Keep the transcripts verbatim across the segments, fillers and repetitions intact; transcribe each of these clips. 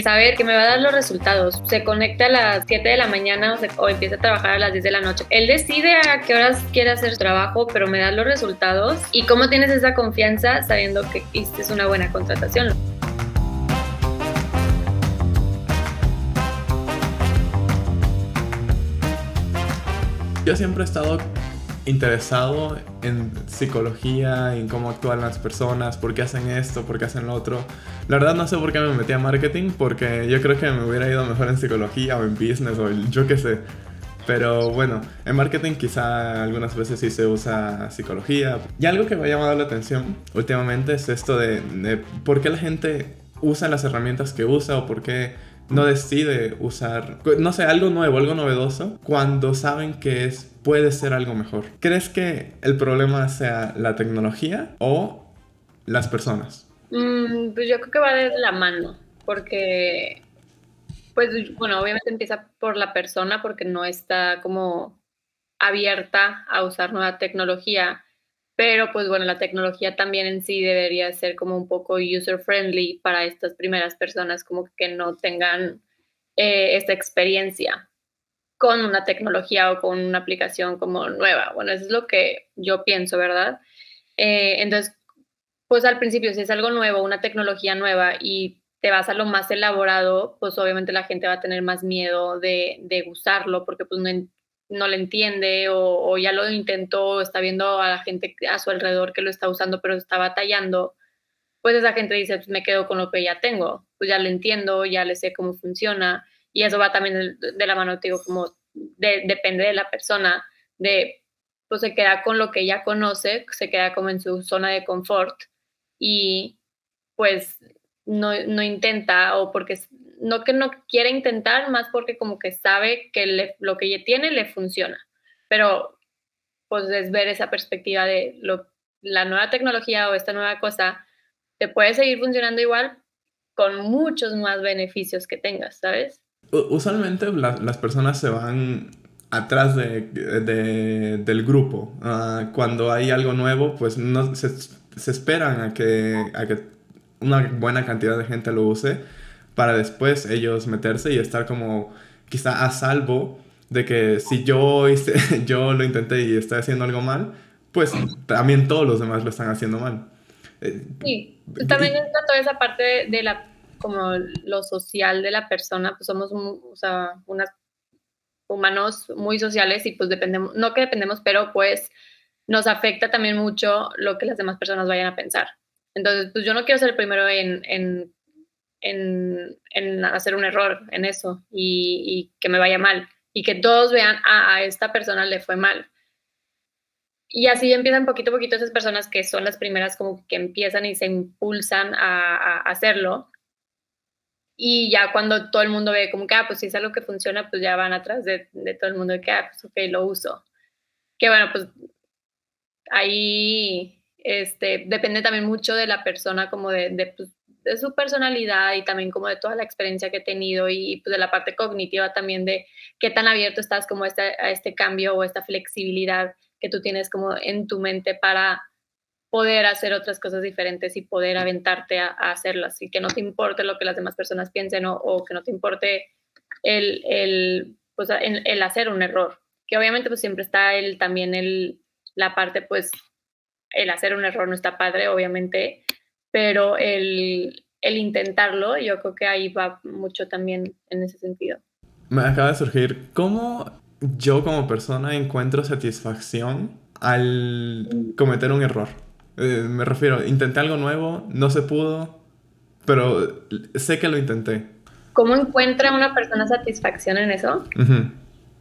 Saber que me va a dar los resultados. Se conecta a las siete de la mañana o, se, o empieza a trabajar a las diez de la noche. Él decide a qué horas quiere hacer su trabajo, pero me da los resultados. ¿Y cómo tienes esa confianza sabiendo que hiciste una buena contratación? Yo siempre he estado interesado en psicología, en cómo actúan las personas, por qué hacen esto, por qué hacen lo otro. La verdad no sé por qué me metí a marketing, porque yo creo que me hubiera ido mejor en psicología o en business o el- yo qué sé. Pero bueno, en marketing quizá algunas veces sí se usa psicología. Y algo que me ha llamado la atención últimamente es esto de, de por qué la gente usa las herramientas que usa o por qué no decide usar, no sé, algo nuevo, algo novedoso, cuando saben que es, puede ser algo mejor. ¿Crees que el problema sea la tecnología o las personas? Mm, pues yo creo que va de la mano, porque, pues bueno, obviamente empieza por la persona porque no está como abierta a usar nueva tecnología, pero pues bueno, la tecnología también en sí debería ser como un poco user friendly para estas primeras personas, como que no tengan eh, esta experiencia con una tecnología o con una aplicación como nueva. Bueno, eso es lo que yo pienso, ¿verdad? Eh, entonces, pues al principio, si es algo nuevo, una tecnología nueva y te vas a lo más elaborado, pues obviamente la gente va a tener más miedo de, de usarlo porque pues no, en- no le entiende o, o ya lo intentó, está viendo a la gente a su alrededor que lo está usando pero está batallando, pues esa gente dice, pues me quedo con lo que ya tengo, pues ya lo entiendo, ya le sé cómo funciona y eso va también de, de la mano, te digo, como de- depende de la persona, de pues se queda con lo que ya conoce, se queda como en su zona de confort y pues no, no intenta o porque no que no quiera intentar, más porque como que sabe que le, lo que ya tiene le funciona, pero pues es ver esa perspectiva de lo, la nueva tecnología o esta nueva cosa te puede seguir funcionando igual con muchos más beneficios que tengas, ¿sabes? U- Usualmente la- las personas se van atrás de, de- del grupo. Ah, cuando hay algo nuevo, pues no se, se esperan a que, a que una buena cantidad de gente lo use para después ellos meterse y estar como quizá a salvo de que si yo, hice- yo lo intenté y estoy haciendo algo mal, pues también todos los demás lo están haciendo mal. Eh, Sí, pues también y- entra toda esa parte de, de la, como lo social de la persona, pues somos, un- o sea, unas humanos muy sociales y pues dependemos, no que dependemos, pero pues nos afecta también mucho lo que las demás personas vayan a pensar. Entonces, pues yo no quiero ser el primero en, en, en, en hacer un error en eso y, y, que me vaya mal y que todos vean, ah, a esta persona le fue mal. Y así empiezan poquito a poquito esas personas que son las primeras como que empiezan y se impulsan a, a hacerlo. Y ya cuando todo el mundo ve como que, ah, pues si es algo que funciona, pues ya van atrás de, de todo el mundo de que, ah, pues ok, lo uso. Que bueno, pues ahí este, depende también mucho de la persona, como de, de, pues, de su personalidad y también como de toda la experiencia que he tenido y pues de la parte cognitiva también de qué tan abierto estás como a este, a este cambio o esta flexibilidad que tú tienes como en tu mente para poder hacer otras cosas diferentes y poder aventarte a, a hacerlas y que no te importe lo que las demás personas piensen o, o que no te importe el, el, pues, el, el hacer un error. Que obviamente pues siempre está el, también el, la parte pues el hacer un error no está padre, obviamente, pero el, el intentarlo, yo creo que ahí va mucho también en ese sentido. Me acaba de surgir, ¿cómo yo como persona encuentro satisfacción al cometer un error? Eh, me refiero, intenté algo nuevo, no se pudo, pero sé que lo intenté. ¿Cómo encuentra una persona satisfacción en eso? Ujú.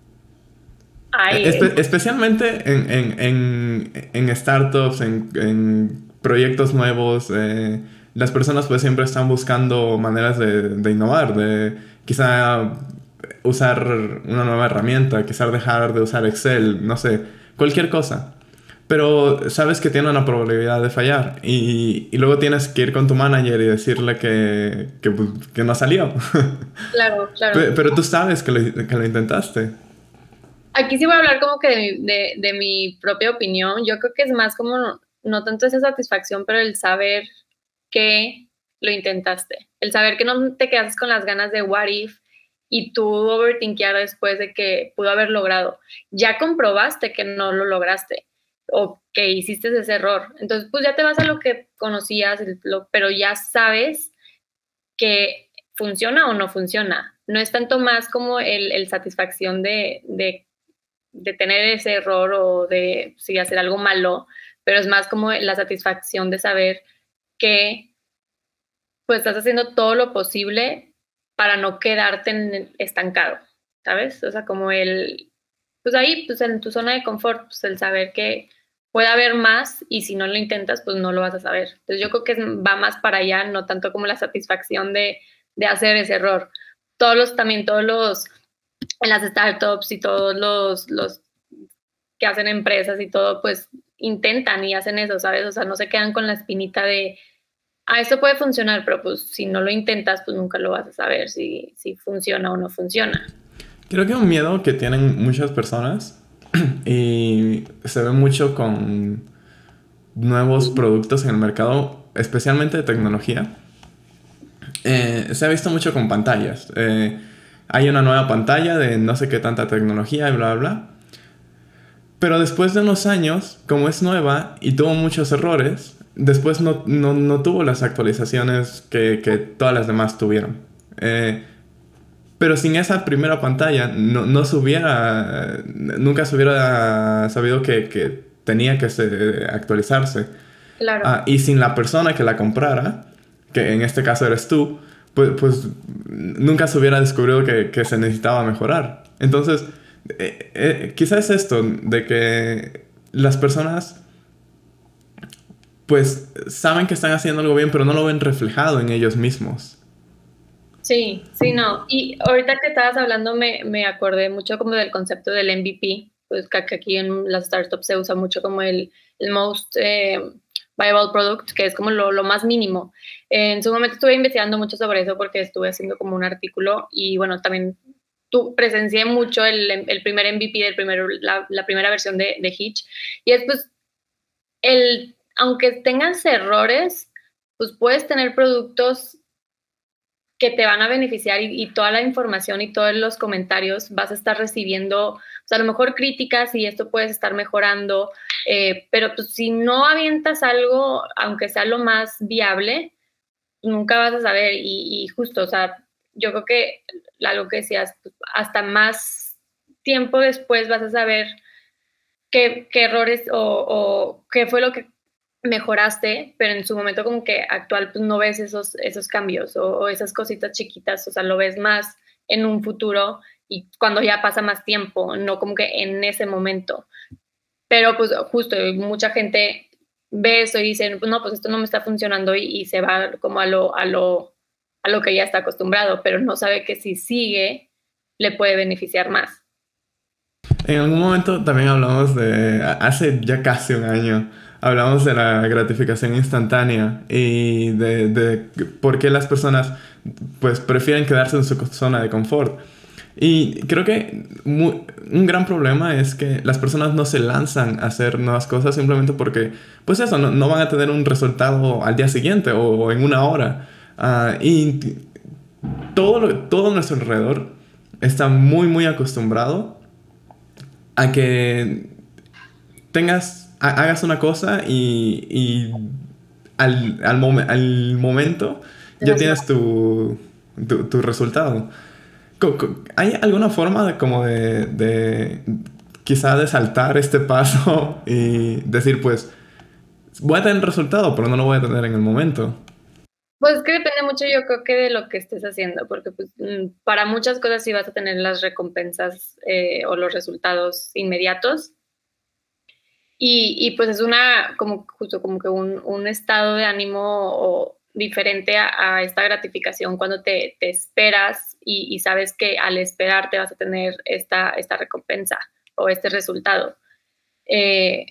Ay, Espe- especialmente en, en, en, en startups, en, en proyectos nuevos, eh, las personas pues siempre están buscando maneras de, de innovar, de quizá usar una nueva herramienta, quizá dejar de usar Excel, no sé, cualquier cosa. Pero sabes que tiene una probabilidad de fallar y, y luego tienes que ir con tu manager y decirle que, que, pues, que no salió. claro, Pe- claro. Pero tú sabes que lo, que lo intentaste. Aquí sí voy a hablar como que de, mi- de, de mi propia opinión. Yo creo que es más como, no, no tanto esa satisfacción, pero el saber que lo intentaste. el saber que no te quedas con las ganas de what if y tú overthinkear después de que pudo haber logrado. Ya comprobaste que no lo lograste o que hiciste ese error. Entonces, pues ya te vas a lo que conocías, pero ya sabes que funciona o no funciona. No es tanto más como el, el satisfacción de, de, de tener ese error o de sí, hacer algo malo, pero es más como la satisfacción de saber que pues estás haciendo todo lo posible para no quedarte en, estancado, ¿sabes? O sea, como el, pues ahí, pues en tu zona de confort, pues el saber que puede haber más y si no lo intentas, pues no lo vas a saber. Entonces yo creo que va más para allá, no tanto como la satisfacción de, de hacer ese error. Todos los, también todos los, en las startups y todos los, los que hacen empresas y todo, pues intentan y hacen eso, ¿sabes? O sea, no se quedan con la espinita de, ah, esto puede funcionar, pero pues si no lo intentas, pues nunca lo vas a saber si, si funciona o no funciona. Creo que un miedo que tienen muchas personas y se ve mucho con nuevos productos en el mercado, especialmente de tecnología, eh, se ha visto mucho con pantallas. Eh, hay una nueva pantalla de no sé qué tanta tecnología y bla, bla, bla. Pero después de unos años, como es nueva y tuvo muchos errores, después no, no, no tuvo las actualizaciones que, que todas las demás tuvieron. Eh, pero sin esa primera pantalla no, no se hubiera, nunca se hubiera sabido que, que tenía que se, actualizarse. Claro. Ah, y sin la persona que la comprara, que en este caso eres tú, pues, pues nunca se hubiera descubierto que, que se necesitaba mejorar. Entonces, eh, eh, quizás es esto, de que las personas pues saben que están haciendo algo bien, pero no lo ven reflejado en ellos mismos. Sí, sí, no. Y ahorita que estabas hablando me, me acordé mucho como del concepto del M V P, pues que aquí en las startups se usa mucho como el, el most eh, viable product, que es como lo, lo más mínimo. En su momento estuve investigando mucho sobre eso porque estuve haciendo como un artículo y bueno, también tu, presencié mucho el, el primer M V P, del primer, la, la primera versión de, de Hitch. Y después, el, aunque tengas errores, pues puedes tener productos que te van a beneficiar y, y toda la información y todos los comentarios vas a estar recibiendo, o sea, a lo mejor críticas y esto puedes estar mejorando, eh, pero pues si no avientas algo, aunque sea lo más viable, nunca vas a saber y, y justo, o sea, yo creo que algo que decías, hasta más tiempo después vas a saber qué, qué errores o, o qué fue lo que mejoraste, pero en su momento como que actual pues no ves esos, esos cambios o, o esas cositas chiquitas, o sea, lo ves más en un futuro y cuando ya pasa más tiempo, no como que en ese momento. Pero pues justo mucha gente ve eso y dice, no, pues esto no me está funcionando y, y se va como a lo, a, lo, a lo que ya está acostumbrado, pero no sabe que si sigue le puede beneficiar más. En algún momento también hablamos de, hace ya casi un año, hablamos de la gratificación instantánea y de, de por qué las personas pues prefieren quedarse en su zona de confort. Y creo que muy, un gran problema es que las personas no se lanzan a hacer nuevas cosas simplemente porque, pues eso, no, no van a tener un resultado al día siguiente o, o en una hora. Uh, y todo, lo, todo nuestro alrededor está muy, muy acostumbrado a que tengas, hagas una cosa y, y al, al, mom al momento ya tienes tu, tu, tu resultado. ¿Hay alguna forma de como de, de quizá de saltar este paso y decir pues voy a tener resultado pero no lo voy a tener en el momento? Pues que depende mucho, yo creo que de lo que estés haciendo, porque pues, para muchas cosas sí vas a tener las recompensas eh, o los resultados inmediatos. Y, y pues es una, como justo como que un, un estado de ánimo o diferente a, a esta gratificación cuando te, te esperas y, y sabes que al esperar te vas a tener esta, esta recompensa o este resultado. Eh,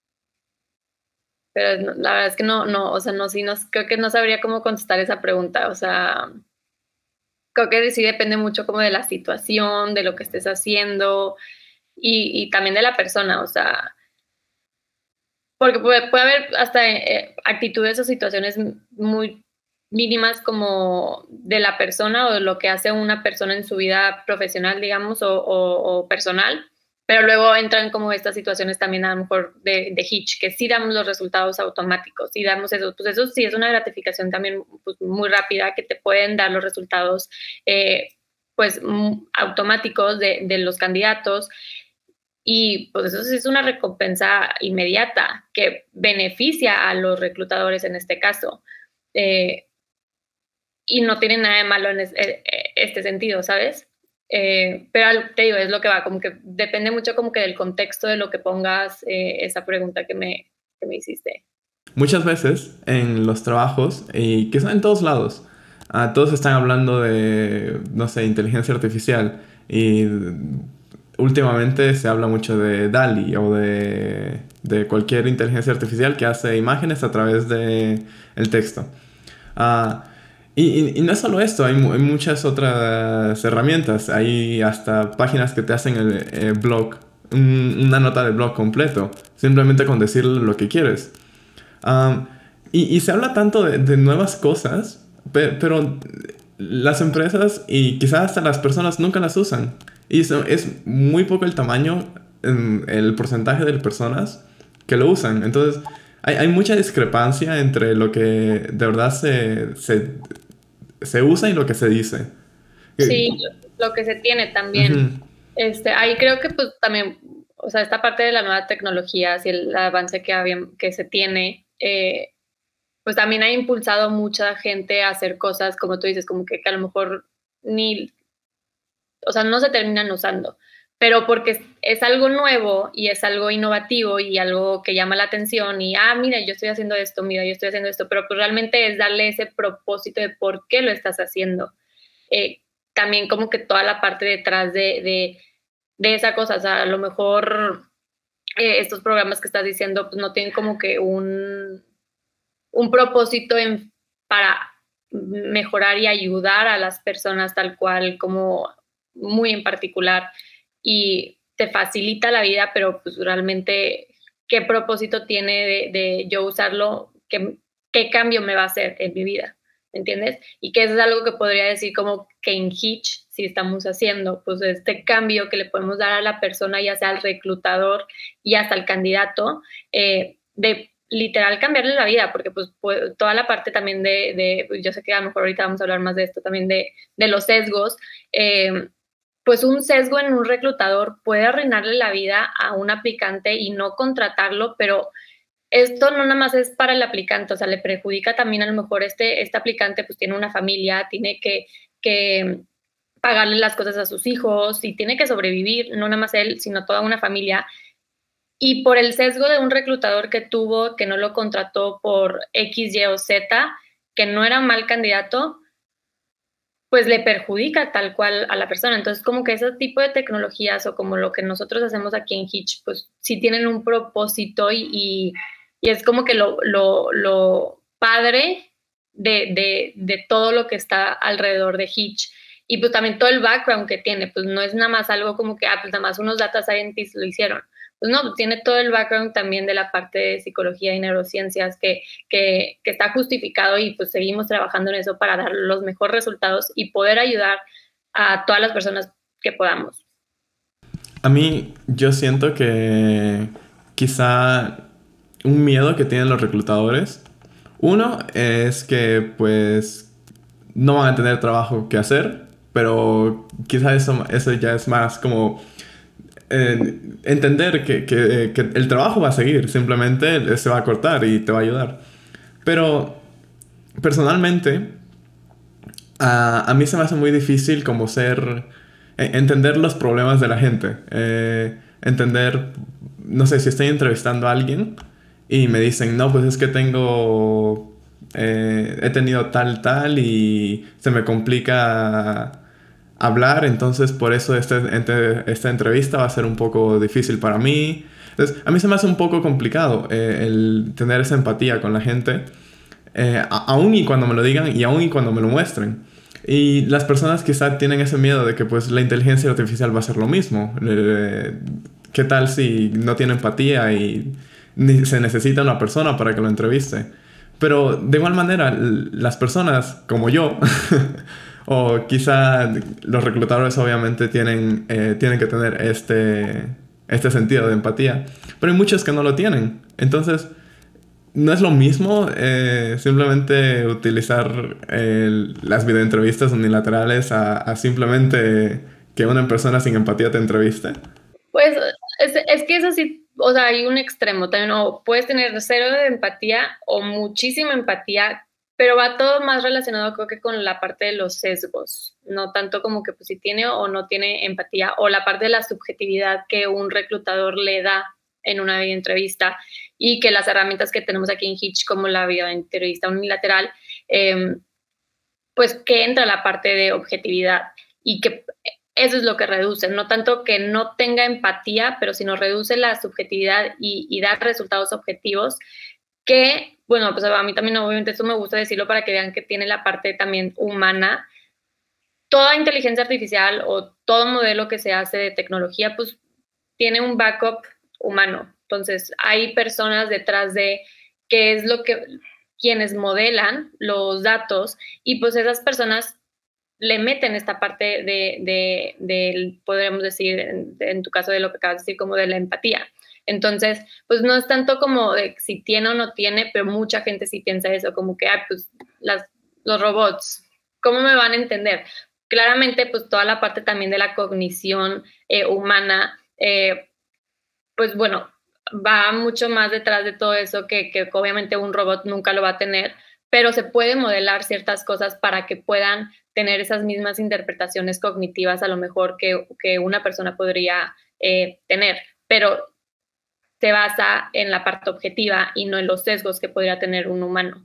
pero no, la verdad es que no, no, o sea, no, sí, no, creo que no sabría cómo contestar esa pregunta, o sea, creo que sí depende mucho como de la situación, de lo que estés haciendo y, y también de la persona, o sea, porque puede, puede haber hasta eh, actitudes o situaciones muy mínimas como de la persona o de lo que hace una persona en su vida profesional, digamos, o, o, o personal, pero luego entran como estas situaciones también a lo mejor de, de Hitch, que sí damos los resultados automáticos, sí damos eso, pues eso sí es una gratificación también pues, muy rápida, que te pueden dar los resultados eh, pues automáticos de, de los candidatos, y pues eso sí es una recompensa inmediata que beneficia a los reclutadores en este caso. Eh, y no tiene nada de malo en este, este sentido, ¿sabes? Eh, pero te digo, es lo que va, como que depende mucho como que del contexto de lo que pongas eh, esa pregunta que me, que me hiciste. Muchas veces en los trabajos, y que son en todos lados, uh, todos están hablando de, no sé, inteligencia artificial, y últimamente se habla mucho de DALL-E o de, de cualquier inteligencia artificial que hace imágenes a través de el texto. Uh, y, y, y no es solo esto, hay, hay muchas otras herramientas. Hay hasta páginas que te hacen el, el blog, un, una nota de blog completo, simplemente con decir lo que quieres. Um, y, y se habla tanto de, de nuevas cosas, pe- pero las empresas y quizás hasta las personas nunca las usan. Y eso, es muy poco el tamaño, el porcentaje de personas que lo usan. Entonces, hay, hay mucha discrepancia entre lo que de verdad se, se, se usa y lo que se dice. Sí, lo que se tiene también. Uh-huh. Este, ahí creo que pues también, o sea, esta parte de la nueva tecnología y el avance que, había, que se tiene, eh, pues también ha impulsado mucha gente a hacer cosas, como tú dices, como que, que a lo mejor ni, o sea, no se terminan usando, pero porque es, es algo nuevo y es algo innovativo y algo que llama la atención y, ah, mira, yo estoy haciendo esto, mira, yo estoy haciendo esto, pero pues realmente es darle ese propósito de por qué lo estás haciendo. Eh, también como que toda la parte detrás de, de, de esa cosa, o sea, a lo mejor eh, estos programas que estás diciendo pues no tienen como que un, un propósito en, para mejorar y ayudar a las personas tal cual, como muy en particular, y te facilita la vida, pero pues realmente qué propósito tiene de, de yo usarlo, qué, qué cambio me va a hacer en mi vida. ¿Entiendes? Y que eso es algo que podría decir como que en Hitch sí estamos haciendo, pues este cambio que le podemos dar a la persona, ya sea al reclutador y hasta al candidato, eh, de literal cambiarle la vida, porque pues, pues toda la parte también de, de pues, yo sé que a lo mejor ahorita vamos a hablar más de esto, también de, de los sesgos, eh, pues un sesgo en un reclutador puede arruinarle la vida a un aplicante y no contratarlo, pero esto no nada más es para el aplicante, o sea, le perjudica también a lo mejor este, este aplicante pues tiene una familia, tiene que, que pagarle las cosas a sus hijos y tiene que sobrevivir, no nada más él, sino toda una familia. Y por el sesgo de un reclutador que tuvo, que no lo contrató por X, Y o Z, que no era un mal candidato, pues le perjudica tal cual a la persona. Entonces, como que ese tipo de tecnologías o como lo que nosotros hacemos aquí en Hitch, pues sí tienen un propósito y, y, y es como que lo, lo, lo padre de, de, de todo lo que está alrededor de Hitch. Y pues también todo el background que tiene, pues no es nada más algo como que, ah, pues nada más unos data scientists lo hicieron. Pues no, tiene todo el background también de la parte de psicología y neurociencias que, que, que está justificado y pues seguimos trabajando en eso para dar los mejores resultados y poder ayudar a todas las personas que podamos. A mí, yo siento que quizá un miedo que tienen los reclutadores, uno es que pues no van a tener trabajo que hacer, pero quizá eso, eso ya es más como eh, entender que, que, que el trabajo va a seguir, simplemente se va a cortar y te va a ayudar. Pero personalmente, a, a mí se me hace muy difícil como ser, eh, entender los problemas de la gente, eh, entender, no sé, si estoy entrevistando a alguien y me dicen, no, pues es que tengo, eh, he tenido tal, tal y se me complica hablar, entonces por eso este, este, esta entrevista va a ser un poco difícil para mí. Entonces, a mí se me hace un poco complicado eh, el tener esa empatía con la gente, eh, aún y cuando me lo digan y aún y cuando me lo muestren. Y las personas quizá tienen ese miedo de que pues la inteligencia artificial va a ser lo mismo. Eh, ¿Qué tal si no tiene empatía y ni se necesita una persona para que lo entreviste? Pero de igual manera, las personas como yo, o quizá los reclutadores obviamente tienen, eh, tienen que tener este, este sentido de empatía, pero hay muchos que no lo tienen. Entonces, no es lo mismo eh, simplemente utilizar eh, las videoentrevistas unilaterales a, a simplemente que una persona sin empatía te entreviste. Pues es, es que eso sí, o sea, hay un extremo también, o puedes tener cero de empatía o muchísima empatía, pero va todo más relacionado creo que con la parte de los sesgos, no tanto como que pues si tiene o no tiene empatía, o la parte de la subjetividad que un reclutador le da en una videoentrevista, y que las herramientas que tenemos aquí en Hitch, como la videoentrevista unilateral, eh, pues que entra la parte de objetividad, y que eso es lo que reduce, no tanto que no tenga empatía, pero sino reduce la subjetividad y, y da resultados objetivos que, bueno, pues a mí también obviamente eso me gusta decirlo para que vean que tiene la parte también humana. Toda inteligencia artificial o todo modelo que se hace de tecnología, pues tiene un backup humano. Entonces, hay personas detrás de qué es lo que, quienes modelan los datos, y pues esas personas le meten esta parte de, de, de podríamos decir, en, en tu caso de lo que acabas de decir, como de la empatía. Entonces, pues no es tanto como de si tiene o no tiene, pero mucha gente sí piensa eso, como que, ah, pues las, los robots, ¿cómo me van a entender? Claramente, pues toda la parte también de la cognición eh, humana, eh, pues bueno, va mucho más detrás de todo eso que, que obviamente un robot nunca lo va a tener, pero se puede modelar ciertas cosas para que puedan tener esas mismas interpretaciones cognitivas a lo mejor que, que una persona podría eh, tener, pero se basa en la parte objetiva y no en los sesgos que podría tener un humano.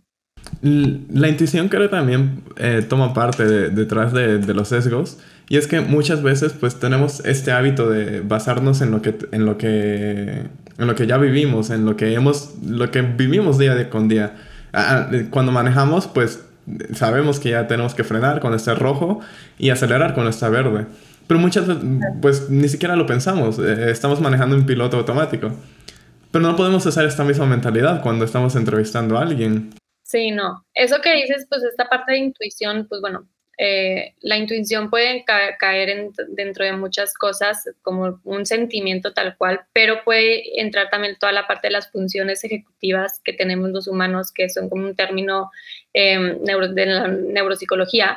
La intuición creo también eh, toma parte de, detrás de, de los sesgos, y es que muchas veces pues tenemos este hábito de basarnos en lo que, en lo que, en lo que ya vivimos, en lo que hemos, lo que vivimos día con día. Ah, cuando manejamos pues sabemos que ya tenemos que frenar cuando está rojo y acelerar cuando está verde, pero muchas veces pues ni siquiera lo pensamos, eh, estamos manejando en piloto automático, pero no podemos usar esta misma mentalidad cuando estamos entrevistando a alguien. Sí, no. Eso que dices, pues esta parte de intuición, pues bueno, eh, la intuición puede ca caer en, dentro de muchas cosas, como un sentimiento tal cual, pero puede entrar también toda la parte de las funciones ejecutivas que tenemos los humanos, que son como un término eh, neuro, de la neuropsicología,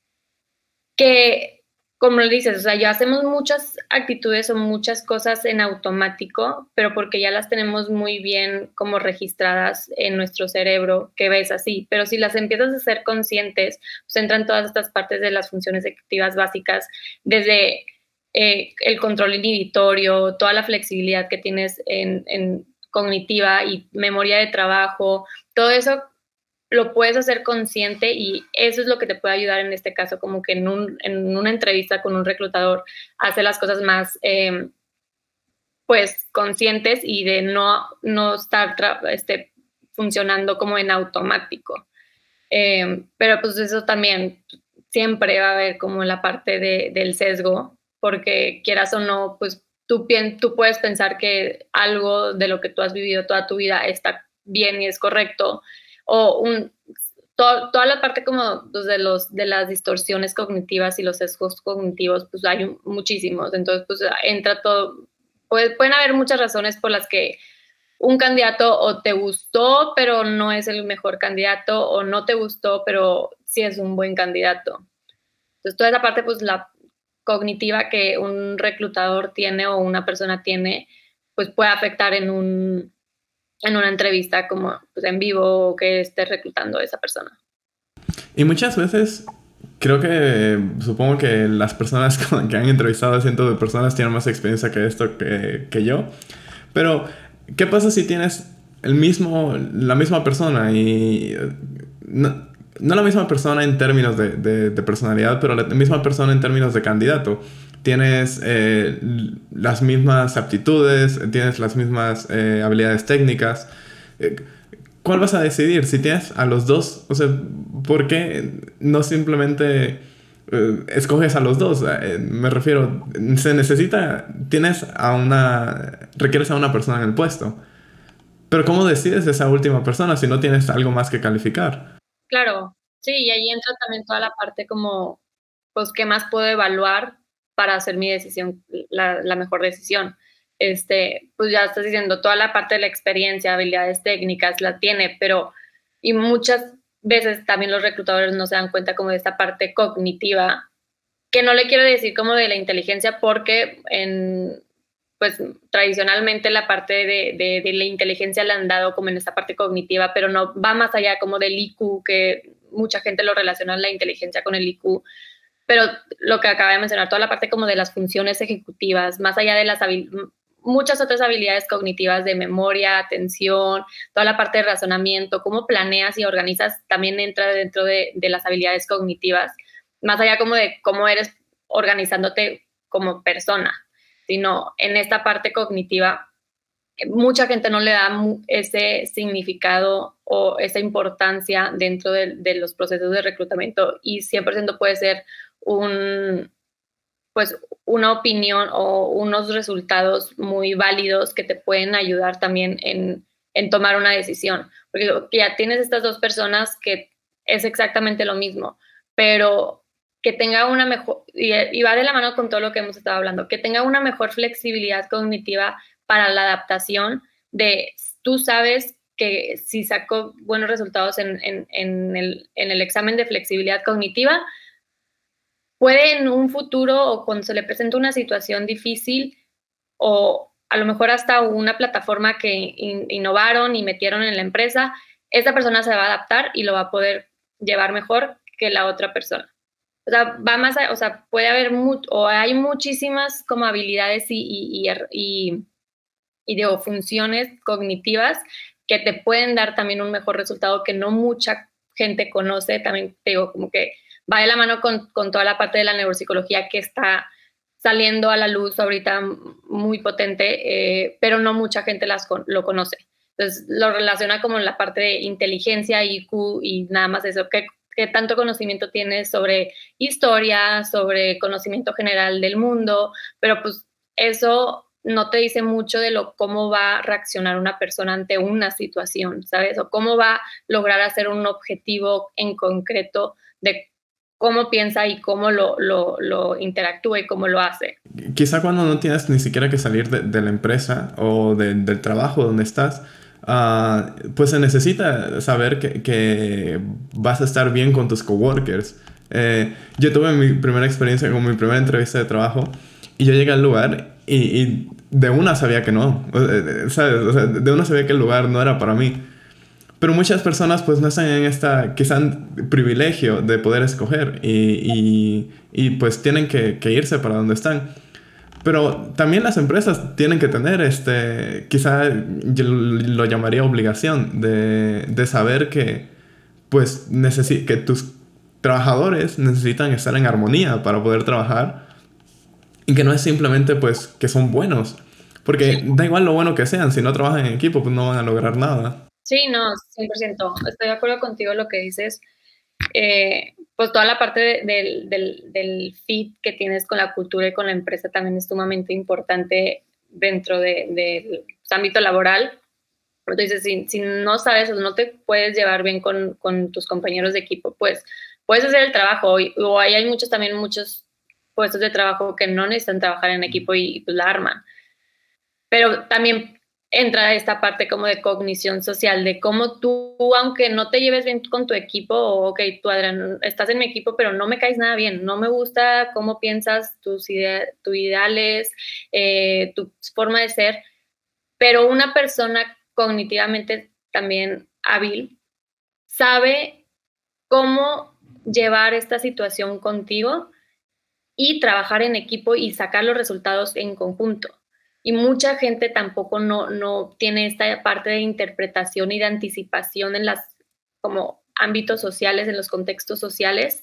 que, como lo dices, o sea, ya hacemos muchas actitudes o muchas cosas en automático, pero porque ya las tenemos muy bien como registradas en nuestro cerebro, que ves así. Pero si las empiezas a ser conscientes, pues entran todas estas partes de las funciones ejecutivas básicas, desde eh, el control inhibitorio, toda la flexibilidad que tienes en, en cognitiva y memoria de trabajo, todo eso lo puedes hacer consciente, y eso es lo que te puede ayudar en este caso, como que en, un, en una entrevista con un reclutador, hacer las cosas más eh, pues conscientes y de no, no estar este, funcionando como en automático. Eh, pero pues eso también siempre va a haber como la parte de, del sesgo, porque quieras o no, pues tú, tú puedes pensar que algo de lo que tú has vivido toda tu vida está bien y es correcto, o un, to, toda la parte como pues, de, los, de las distorsiones cognitivas y los sesgos cognitivos, pues hay un, muchísimos. Entonces, pues entra todo, puede, pueden haber muchas razones por las que un candidato o te gustó, pero no es el mejor candidato, o no te gustó, pero sí es un buen candidato. Entonces, toda esa parte, pues la cognitiva que un reclutador tiene o una persona tiene, pues puede afectar en un en una entrevista como pues, en vivo, o que esté reclutando a esa persona. Y muchas veces creo que, supongo que las personas que han entrevistado a cientos de personas tienen más experiencia que esto que, que yo, pero ¿qué pasa si tienes el mismo, la misma persona y no, no la misma persona en términos de, de, de personalidad, pero la misma persona en términos de candidato? Tienes eh, las mismas aptitudes, tienes las mismas eh, habilidades técnicas. Eh, ¿Cuál vas a decidir? Si tienes a los dos, o sea, ¿por qué no simplemente eh, escoges a los dos? Eh, me refiero, se necesita, tienes a una, requieres a una persona en el puesto, Pero ¿cómo decides esa última persona si no tienes algo más que calificar? Claro, sí, y ahí entra también toda la parte como, pues, ¿qué más puedo evaluar para hacer mi decisión, la, la mejor decisión? Este, pues ya estás diciendo, toda la parte de la experiencia, habilidades técnicas la tiene, pero, y muchas veces también los reclutadores no se dan cuenta como de esta parte cognitiva, que no le quiero decir como de la inteligencia porque en, pues tradicionalmente la parte de, de, de la inteligencia la han dado como en esta parte cognitiva, pero no va más allá como del I Q, que mucha gente lo relaciona la inteligencia con el I Q, pero lo que acaba de mencionar, toda la parte como de las funciones ejecutivas, más allá de las habilidades, muchas otras habilidades cognitivas de memoria, atención, toda la parte de razonamiento, cómo planeas y organizas, también entra dentro de, de las habilidades cognitivas, más allá como de cómo eres organizándote como persona, sino en esta parte cognitiva, mucha gente no le da ese significado o esa importancia dentro de, de los procesos de reclutamiento y cien por ciento puede ser un, pues, una opinión o unos resultados muy válidos que te pueden ayudar también en, en tomar una decisión. Porque ya tienes estas dos personas que es exactamente lo mismo, pero que tenga una mejor, y, y va de la mano con todo lo que hemos estado hablando, que tenga una mejor flexibilidad cognitiva para la adaptación de, tú sabes que si sacó buenos resultados en, en, en, el, en el examen de flexibilidad cognitiva, puede en un futuro o cuando se le presenta una situación difícil o a lo mejor hasta una plataforma que in, innovaron y metieron en la empresa, esa persona se va a adaptar y lo va a poder llevar mejor que la otra persona. O sea, va más a, o sea, puede haber mu o hay muchísimas como habilidades y, y, y, y, y digo, funciones cognitivas que te pueden dar también un mejor resultado que no mucha gente conoce. También digo, como que va de la mano con, con toda la parte de la neuropsicología que está saliendo a la luz ahorita muy potente, eh, pero no mucha gente las con, lo conoce. Entonces lo relaciona como en la parte de inteligencia, I Q y nada más eso, que qué tanto conocimiento tienes sobre historia, sobre conocimiento general del mundo, pero pues eso no te dice mucho de lo cómo va a reaccionar una persona ante una situación, ¿sabes? O cómo va a lograr hacer un objetivo en concreto de cómo piensa y cómo lo, lo, lo interactúa y cómo lo hace. Quizá cuando no tienes ni siquiera que salir de, de la empresa o de, del trabajo donde estás, Uh, pues se necesita saber que, que vas a estar bien con tus coworkers. Eh, yo tuve mi primera experiencia con mi primera entrevista de trabajo y yo llegué al lugar y, y de una sabía que no, ¿sabes? O sea, de una sabía que el lugar no era para mí. Pero muchas personas pues no están en esta quizá privilegio de poder escoger y, y, y pues tienen que, que irse para donde están. Pero también las empresas tienen que tener, este, quizá yo lo llamaría obligación de, de saber que, pues, necesi- que tus trabajadores necesitan estar en armonía para poder trabajar y que no es simplemente, pues, que son buenos. Porque da igual lo bueno que sean, si no trabajan en equipo, pues no van a lograr nada. Sí, no, cien por ciento. Estoy de acuerdo contigo lo que dices. Eh, pues toda la parte de, de, del, del fit que tienes con la cultura y con la empresa también es sumamente importante dentro del de, de, ámbito laboral. Pero tú dices, si, si no sabes o no te puedes llevar bien con, con tus compañeros de equipo, pues puedes hacer el trabajo. O ahí hay muchos también, muchos puestos de trabajo que no necesitan trabajar en equipo y, y pues la arman. Pero también entra esta parte como de cognición social, de cómo tú, aunque no te lleves bien con tu equipo, o ok, tú Adrián, estás en mi equipo, pero no me caes nada bien, no me gusta cómo piensas, tus, idea, tus ideales, eh, tu forma de ser, pero una persona cognitivamente también hábil sabe cómo llevar esta situación contigo y trabajar en equipo y sacar los resultados en conjunto. Y mucha gente tampoco no, no tiene esta parte de interpretación y de anticipación en las como ámbitos sociales, en los contextos sociales,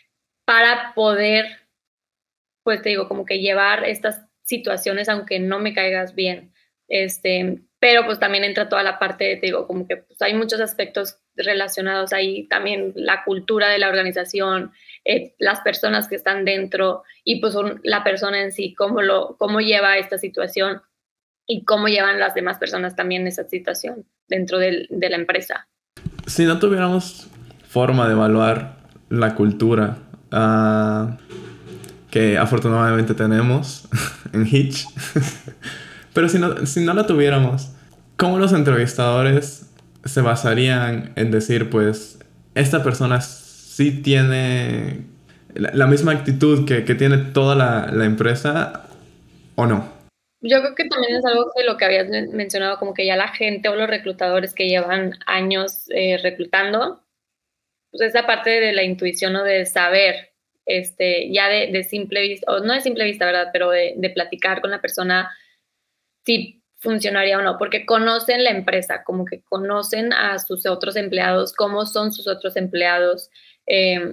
para poder, pues te digo, como que llevar estas situaciones aunque no me caigas bien. Este, pero pues también entra toda la parte, te digo, como que pues, hay muchos aspectos relacionados ahí, también la cultura de la organización, eh, las personas que están dentro y pues un, la persona en sí, cómo, lo, cómo lleva esta situación y cómo llevan las demás personas también esa situación. dentro del, de la empresa. Si no tuviéramos forma de evaluar la cultura uh, que afortunadamente tenemos en Hitch, pero si no, si no la tuviéramos, ¿cómo los entrevistadores se basarían en decir, pues, esta persona sí tiene la, la misma actitud que, que tiene toda la, la empresa o no? Yo creo que también es algo de lo que habías mencionado, como que ya la gente o los reclutadores que llevan años eh, reclutando, pues esa parte de la intuición o de saber, este, ya de, de simple vista, o no de simple vista, ¿verdad? Pero de, de platicar con la persona si funcionaría o no, porque conocen la empresa, como que conocen a sus otros empleados, cómo son sus otros empleados. Eh,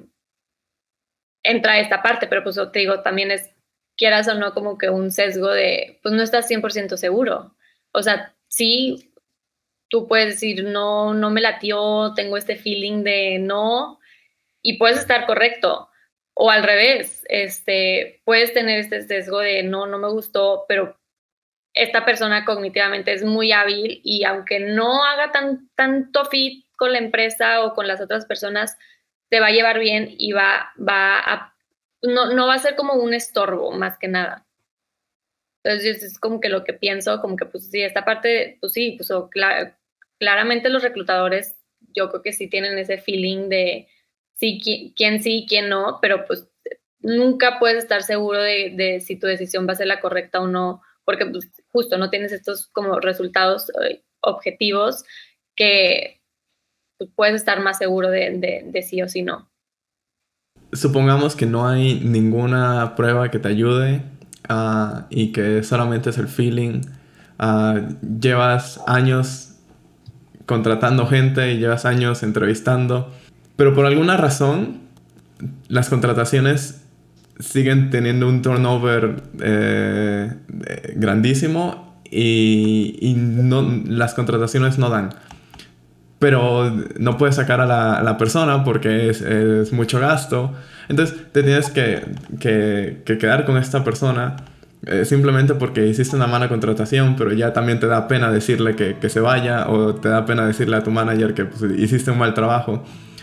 entra esta parte, pero pues te digo, también es, quieras o no, como que un sesgo de, pues no estás cien por ciento seguro. O sea, sí, tú puedes decir, no, no me latió, tengo este feeling de no, y puedes estar correcto. O al revés, este, puedes tener este sesgo de no, no me gustó, pero esta persona cognitivamente es muy hábil y aunque no haga tan, tanto fit con la empresa o con las otras personas, te va a llevar bien y va, va a, no, no va a ser como un estorbo más que nada. Entonces es como que lo que pienso, como que pues sí, esta parte, pues sí, pues o, cl- claramente los reclutadores yo creo que sí tienen ese feeling de sí, qui- quién sí, quién no, pero pues nunca puedes estar seguro de, de si tu decisión va a ser la correcta o no, porque pues, justo no tienes estos como resultados eh, objetivos que pues, puedes estar más seguro de, de, de sí o sí no. Supongamos que no hay ninguna prueba que te ayude uh, y que solamente es el feeling. Uh, llevas años contratando gente y llevas años entrevistando, pero por alguna razón las contrataciones siguen teniendo un turnover eh, eh, grandísimo y, y no, las contrataciones no dan. Pero no puedes sacar a la, a la persona porque es, es, mucho gasto. Entonces te tienes que, que, que quedar con esta persona eh, simplemente porque hiciste una mala contratación, pero ya también te da pena decirle que, que se vaya o te da pena decirle a tu manager que pues, hiciste un mal trabajo.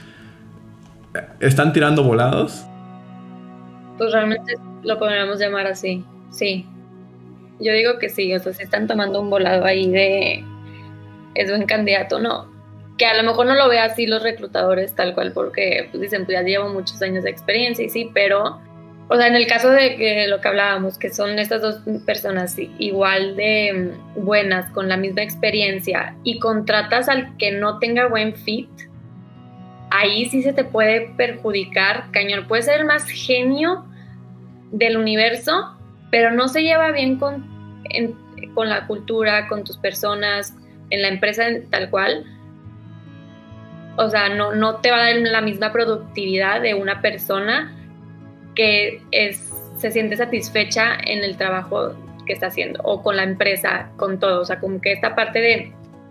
¿Están tirando volados? Pues realmente lo podríamos llamar así, sí. Yo digo que sí, o sea, si están tomando un volado ahí de es buen candidato, no. Que a lo mejor no lo ve así los reclutadores tal cual porque pues, dicen, pues ya llevo muchos años de experiencia y sí, pero, o sea, en el caso de que lo que hablábamos, que son estas dos personas igual de buenas, con la misma experiencia y contratas al que no tenga buen fit, ahí sí se te puede perjudicar, cañón. Puede ser el más genio del universo, pero no se lleva bien con, en, con la cultura, con tus personas, en la empresa tal cual. O sea, no, no te va a dar la misma productividad de una persona que es, se siente satisfecha en el trabajo que está haciendo o con la empresa, con todo. O sea, como que esta parte de,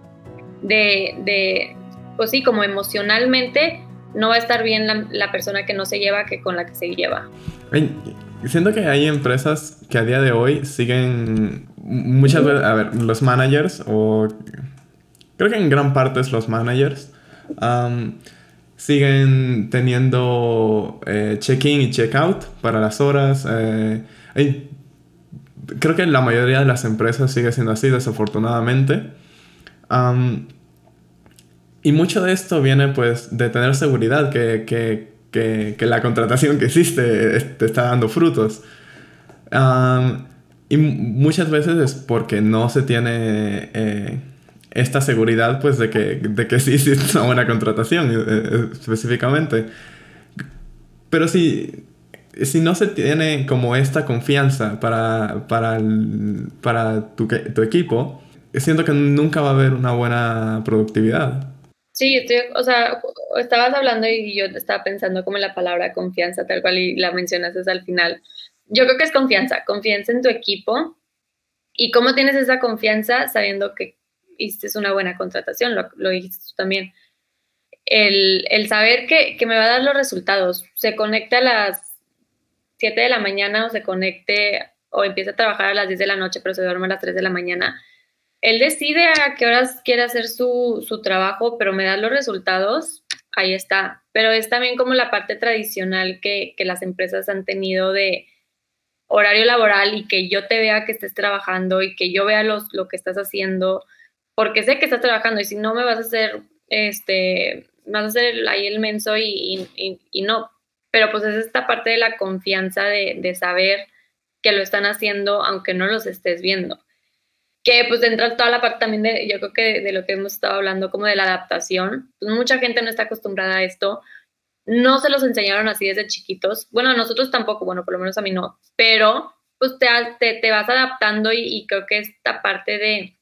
de, de pues sí, como emocionalmente no va a estar bien la, la persona que no se lleva que con la que se lleva. Siento que hay empresas que a día de hoy siguen muchas veces, a ver, los managers o creo que en gran parte es los managers um, siguen teniendo eh, check-in y check-out para las horas. Eh, hay, creo que la mayoría de las empresas sigue siendo así, desafortunadamente. Um, y mucho de esto viene pues de tener seguridad, que, que, que, que la contratación que hiciste te está dando frutos. Um, y muchas veces es porque no se tiene eh, esta seguridad pues de que, de que sí hiciste una buena contratación eh, específicamente. Pero si, si no se tiene como esta confianza para, para, el, para tu, tu equipo, siento que nunca va a haber una buena productividad. Sí, estoy, o sea, estabas hablando y yo estaba pensando como en la palabra confianza, tal cual, y la mencionaste al final. Yo creo que es confianza, confianza en tu equipo. ¿Y cómo tienes esa confianza sabiendo que hiciste una buena contratación? Lo, lo dijiste tú también. El, el saber que, que me va a dar los resultados. Se conecta a las siete de la mañana o se conecte o empieza a trabajar a las diez de la noche, pero se duerme a las tres de la mañana. Él decide a qué horas quiere hacer su, su trabajo, pero me da los resultados, ahí está. Pero es también como la parte tradicional que, que las empresas han tenido de horario laboral y que yo te vea que estés trabajando y que yo vea los, lo que estás haciendo, porque sé que estás trabajando y si no me vas a hacer, este, vas a hacer ahí el menso y, y, y no. Pero pues es esta parte de la confianza de, de saber que lo están haciendo aunque no los estés viendo. Que pues entra toda la parte también de, yo creo que de, de lo que hemos estado hablando, como de la adaptación. Pues mucha gente no está acostumbrada a esto. No se los enseñaron así desde chiquitos. Bueno, a nosotros tampoco, bueno, por lo menos a mí no. Pero pues te, te, te vas adaptando y, y creo que esta parte de,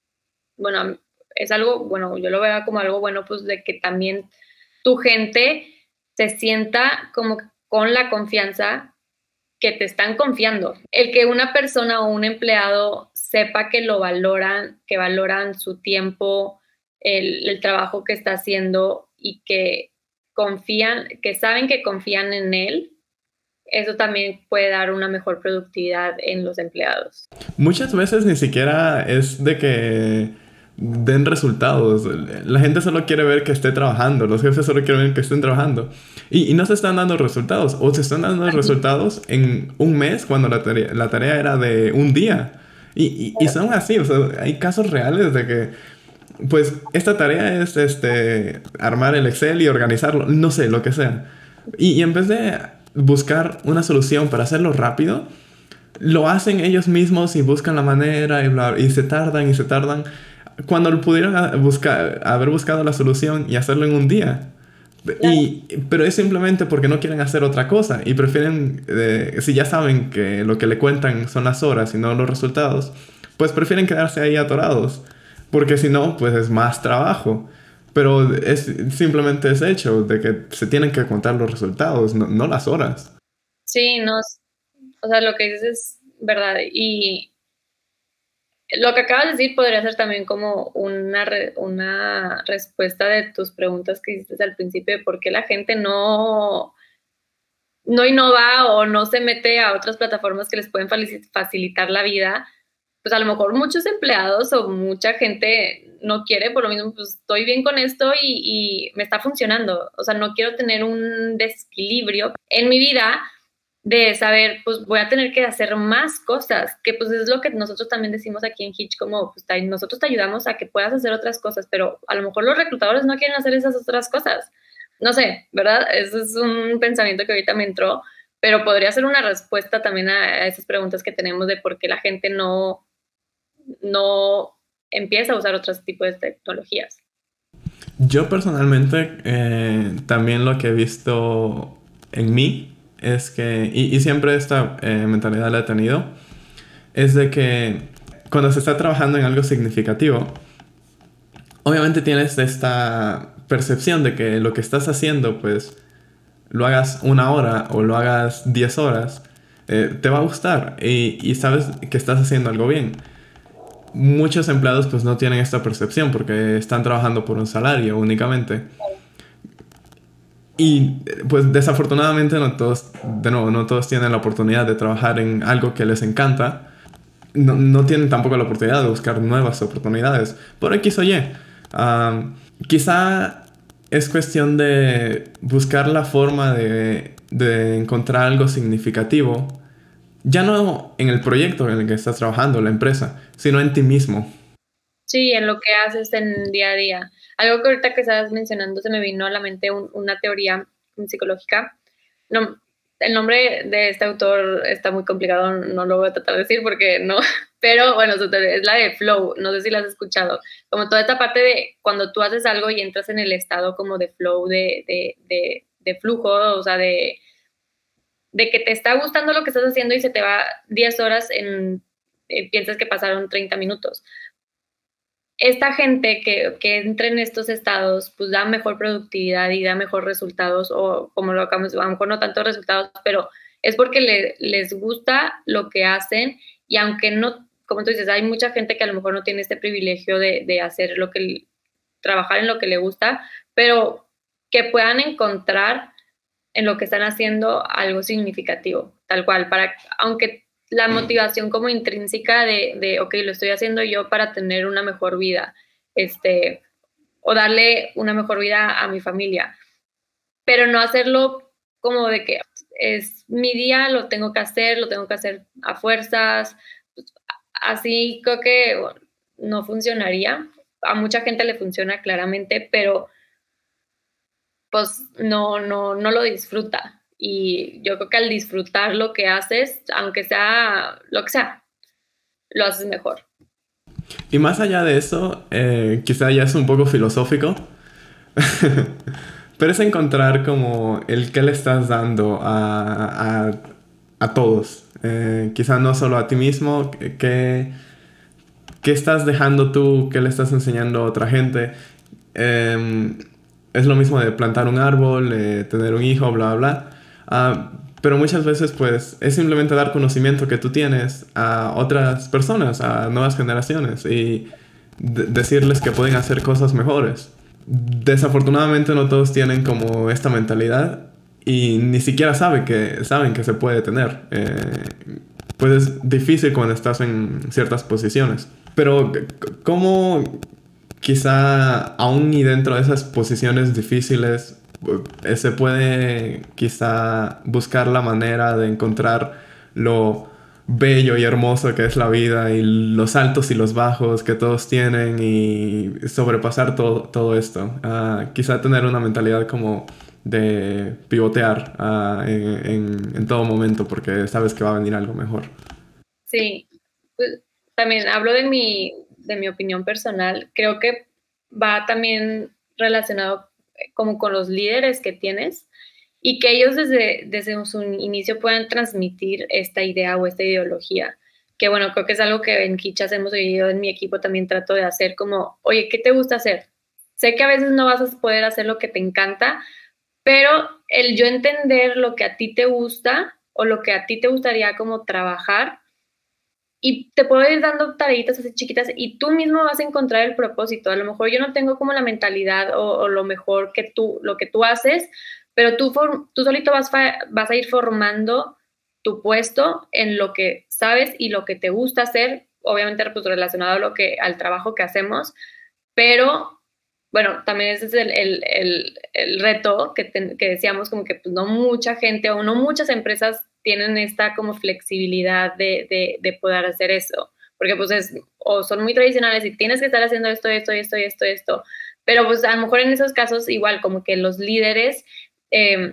bueno, es algo, bueno, yo lo veo como algo bueno, pues de que también tu gente se sienta como con la confianza que te están confiando. El que una persona o un empleado sepa que lo valoran, que valoran su tiempo, el, el trabajo que está haciendo y que confían, que saben que confían en él, eso también puede dar una mejor productividad en los empleados. Muchas veces ni siquiera es de que den resultados. La gente solo quiere ver que esté trabajando. Los jefes solo quieren ver que estén trabajando. Y, y no se están dando resultados. O se están dando resultados en un mes cuando la tarea, la tarea era de un día. Y, y, y son así. O sea, hay casos reales de que, pues, esta tarea es este, armar el Excel y organizarlo. No sé, lo que sea. Y, y en vez de buscar una solución para hacerlo rápido, lo hacen ellos mismos y buscan la manera y, bla, y se tardan y se tardan cuando pudieron buscar, haber buscado la solución y hacerlo en un día. Y, pero es simplemente porque no quieren hacer otra cosa y prefieren, eh, si ya saben que lo que le cuentan son las horas y no los resultados, pues prefieren quedarse ahí atorados, porque si no, pues es más trabajo. Pero es simplemente ese hecho de que se tienen que contar los resultados, no, no las horas. Sí, no, o sea, lo que dices es verdad. Y lo que acabas de decir podría ser también como una, re, una respuesta de tus preguntas que hiciste al principio de por qué la gente no, no innova o no se mete a otras plataformas que les pueden facilitar la vida. Pues a lo mejor muchos empleados o mucha gente no quiere, por lo mismo, pues estoy bien con esto y, y me está funcionando. O sea, no quiero tener un desequilibrio en mi vida de saber, pues voy a tener que hacer más cosas, que pues es lo que nosotros también decimos aquí en Hitch, como pues nosotros te ayudamos a que puedas hacer otras cosas, pero a lo mejor los reclutadores no quieren hacer esas otras cosas. No sé, ¿verdad? Ese es un pensamiento que ahorita me entró, pero podría ser una respuesta también a, a esas preguntas que tenemos de por qué la gente no, no empieza a usar otros tipos de tecnologías. Yo personalmente eh, también lo que he visto en mí es que, y, y siempre esta eh, mentalidad la he tenido, es de que cuando se está trabajando en algo significativo, obviamente tienes esta percepción de que lo que estás haciendo, pues lo hagas una hora o lo hagas diez horas, eh, te va a gustar y, y sabes que estás haciendo algo bien. Muchos empleados pues no tienen esta percepción porque están trabajando por un salario únicamente. Y pues desafortunadamente no todos, de nuevo, no todos tienen la oportunidad de trabajar en algo que les encanta. No, no tienen tampoco la oportunidad de buscar nuevas oportunidades. Por X o Y. Um, quizá es cuestión de buscar la forma de, de encontrar algo significativo. Ya no en el proyecto en el que estás trabajando, la empresa, sino en ti mismo. Sí, en lo que haces en día a día. Algo que ahorita que estabas mencionando se me vino a la mente un, una teoría psicológica. No, el nombre de este autor está muy complicado, no lo voy a tratar de decir porque no, pero bueno, es la de flow, no sé si la has escuchado. Como toda esta parte de cuando tú haces algo y entras en el estado como de flow, de, de, de, de flujo, o sea, de, de que te está gustando lo que estás haciendo y se te va diez horas en, eh, piensas que pasaron treinta minutos. Esta gente que, que entra en estos estados, pues da mejor productividad y da mejor resultados, o como lo acabamos, a lo mejor no tantos resultados, pero es porque le, les gusta lo que hacen y aunque no, como tú dices, hay mucha gente que a lo mejor no tiene este privilegio de, de hacer lo que, trabajar en lo que le gusta, pero que puedan encontrar en lo que están haciendo algo significativo, tal cual, para, aunque la motivación como intrínseca de, de, ok, lo estoy haciendo yo para tener una mejor vida, este, o darle una mejor vida a mi familia, pero no hacerlo como de que es mi día, lo tengo que hacer, lo tengo que hacer a fuerzas, así creo que bueno, no funcionaría. A mucha gente le funciona claramente, pero pues no, no, no lo disfruta. Y yo creo que al disfrutar lo que haces, aunque sea lo que sea, lo haces mejor. Y más allá de eso, eh, quizá ya es un poco filosófico, pero es encontrar como el qué le estás dando a, a, a todos. Eh, quizá no solo a ti mismo, qué, qué estás dejando tú, qué le estás enseñando a otra gente. Eh, es lo mismo de plantar un árbol, eh, tener un hijo, bla, bla. Uh, pero muchas veces pues es simplemente dar conocimiento que tú tienes a otras personas, a nuevas generaciones y de- decirles que pueden hacer cosas mejores. Desafortunadamente no todos tienen como esta mentalidad y ni siquiera saben que, saben que se puede tener. Eh, pues es difícil cuando estás en ciertas posiciones. Pero c- ¿cómo quizá aún y dentro de esas posiciones difíciles eh, se puede quizá buscar la manera de encontrar lo bello y hermoso que es la vida y los altos y los bajos que todos tienen y sobrepasar todo, todo esto? Uh, quizá tener una mentalidad como de pivotear uh, en, en, en todo momento porque sabes que va a venir algo mejor. Sí, pues, también hablo de mi, de mi opinión personal. Creo que va también relacionado como con los líderes que tienes y que ellos desde, desde su inicio puedan transmitir esta idea o esta ideología. Que bueno, creo que es algo que en Kitsch hacemos y yo en mi equipo también trato de hacer como, oye, ¿qué te gusta hacer? Sé que a veces no vas a poder hacer lo que te encanta, pero el yo entender lo que a ti te gusta o lo que a ti te gustaría como trabajar, y te puedo ir dando tareitas así chiquitas y tú mismo vas a encontrar el propósito. A lo mejor yo no tengo como la mentalidad o, o lo mejor que tú, lo que tú haces, pero tú, for, tú solito vas, vas a ir formando tu puesto en lo que sabes y lo que te gusta hacer, obviamente pues, relacionado a lo que, al trabajo que hacemos, pero bueno, también ese es el, el, el, el reto que, te, que decíamos como que pues, no mucha gente o no muchas empresas tienen esta como flexibilidad de, de, de poder hacer eso, porque pues es, o son muy tradicionales y tienes que estar haciendo esto, esto, esto, esto, esto, pero pues a lo mejor en esos casos igual como que los líderes eh,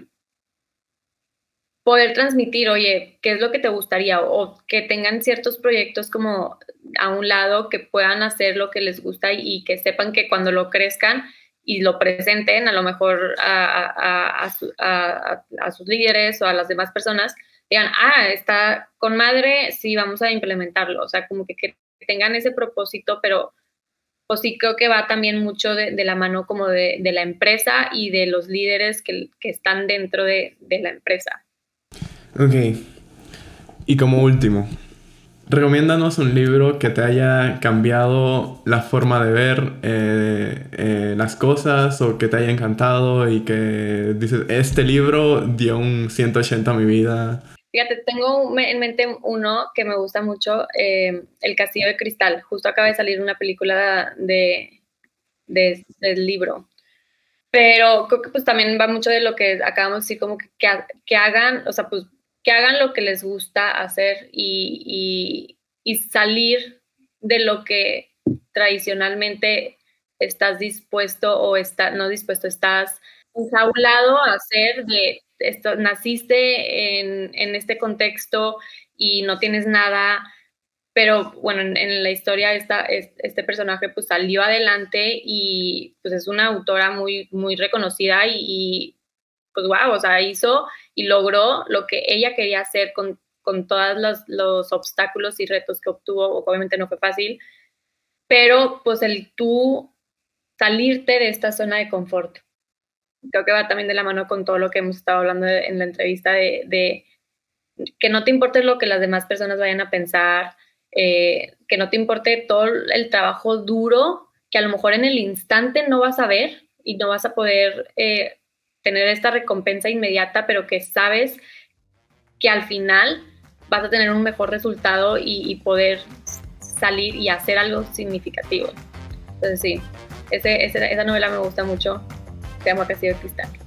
poder transmitir, oye, ¿qué es lo que te gustaría? O, o que tengan ciertos proyectos como a un lado que puedan hacer lo que les gusta y, y que sepan que cuando lo crezcan y lo presenten a lo mejor a, a, a, su, a, a sus líderes o a las demás personas, digan, ah, está con madre, sí, vamos a implementarlo. O sea, como que, que tengan ese propósito, pero pues sí creo que va también mucho de, de la mano como de, de la empresa y de los líderes que, que están dentro de, de la empresa. Ok. Y como último, recomiéndanos un libro que te haya cambiado la forma de ver eh, eh, las cosas o que te haya encantado y que dices, este libro dio un ciento ochenta a mi vida. Fíjate, tengo en mente uno que me gusta mucho, eh, El Castillo de Cristal. Justo acaba de salir una película de, de, del libro. Pero creo que pues también va mucho de lo que acabamos de decir, como que, que, que hagan, o sea, pues que hagan lo que les gusta hacer y, y, y salir de lo que tradicionalmente estás dispuesto o está, no dispuesto, estás enjaulado a hacer de esto, naciste en, en este contexto y no tienes nada, pero bueno, en, en la historia esta, este personaje pues salió adelante y pues es una autora muy, muy reconocida y, y pues wow, o sea, hizo y logró lo que ella quería hacer con, con todos los, los obstáculos y retos que obtuvo, obviamente no fue fácil, pero pues el tú salirte de esta zona de confort. Creo que va también de la mano con todo lo que hemos estado hablando de, en la entrevista de, de que no te importe lo que las demás personas vayan a pensar, eh, que no te importe todo el trabajo duro que a lo mejor en el instante no vas a ver y no vas a poder eh, tener esta recompensa inmediata, pero que sabes que al final vas a tener un mejor resultado y, y poder salir y hacer algo significativo. Entonces sí, ese, ese, esa novela me gusta mucho, se llama Castillo de Cristal.